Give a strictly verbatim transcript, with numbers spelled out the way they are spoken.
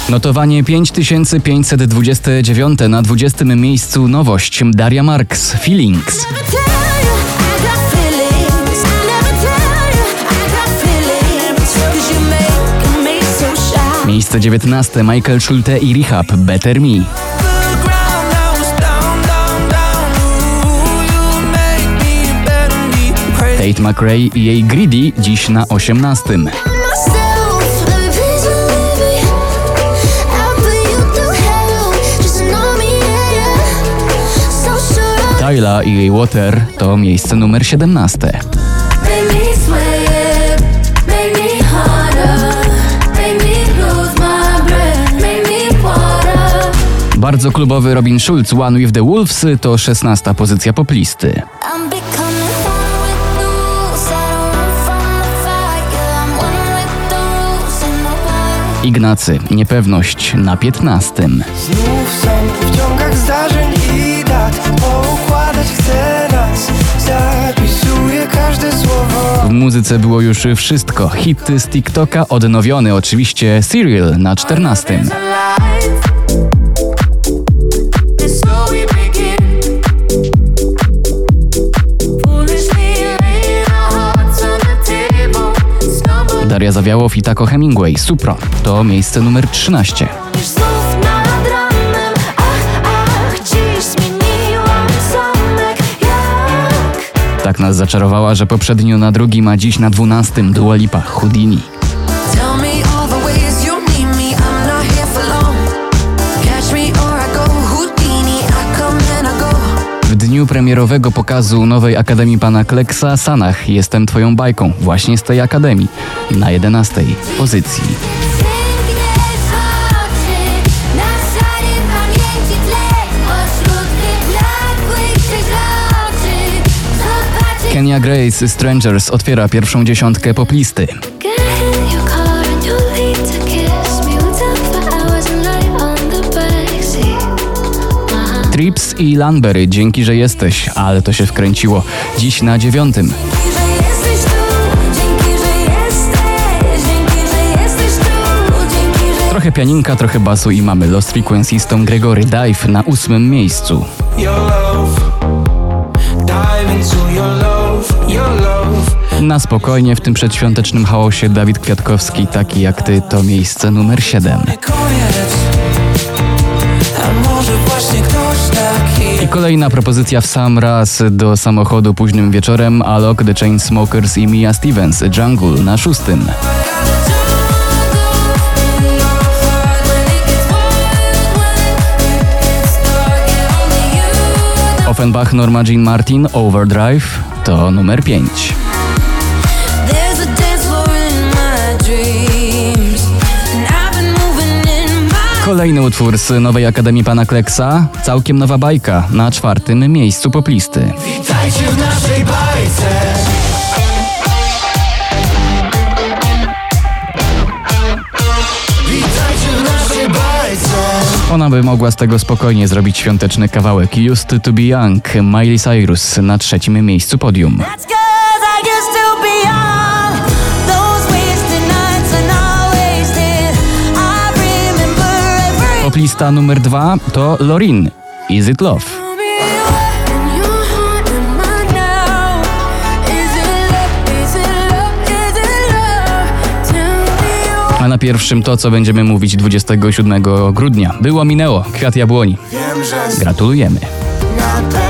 Notowanie pięć tysięcy pięćset dwadzieścia dziewięć, na dwudziestym miejscu nowość Daria Marks, Feelings. Miejsce dziewiętnaste, Michael Schulte i Rehab, Better Me. Tate McRae i jej Greedy dziś na osiemnastym. Tyla i jej Water to miejsce numer siedemnaste. Bardzo klubowy Robin Schulz, One with the Wolves to szesnasta pozycja poplisty. Ignacy, Niepewność na piętnastym. Znów są w ciągach zdarzeń i dat, poukładać chcę nas, zapisuję każde słowo. W muzyce było już wszystko. Hity z TikToka, odnowiony oczywiście Serial na czternastym. Daria Zawiałow i Taco Hemingway, Supro to miejsce numer trzynaście. Tak nas zaczarowała, że poprzednio na drugim, a dziś na dwunastym Dua Lipa, Houdini. W dniu premierowego pokazu nowej Akademii Pana Kleksa, Sanach, Jestem Twoją bajką, właśnie z tej Akademii, na jedenastej pozycji. Kenya Grace, Strangers otwiera pierwszą dziesiątkę poplisty. Trips i Lanbery, Dzięki, że jesteś, ale to się wkręciło. Dziś na dziewiątym. Trochę pianinka, trochę basu i mamy Lost Frequencies, Tom Gregory, Dive na ósmym miejscu. Na spokojnie w tym przedświątecznym chaosie Dawid Kwiatkowski, Taki jak ty, to miejsce numer siedem. I kolejna propozycja w sam raz do samochodu późnym wieczorem, Alok, The Chainsmokers i Mia Stevens, Jungle na szóstym. Offenbach, Norma Jean Martin, Overdrive to numer pięć. Kolejny utwór z nowej Akademii Pana Kleksa, Całkiem nowa bajka, na czwartym miejscu poplisty. Witajcie w naszej bajce. Witajcie w naszej bajce. Ona by mogła z tego spokojnie zrobić świąteczny kawałek. Used to be Young, Miley Cyrus na trzecim miejscu podium. Poplista numer dwa to Lorin, Is It Love. A na pierwszym to, co będziemy mówić dwudziestego siódmego grudnia. Było, minęło, Kwiat Jabłoni. Gratulujemy.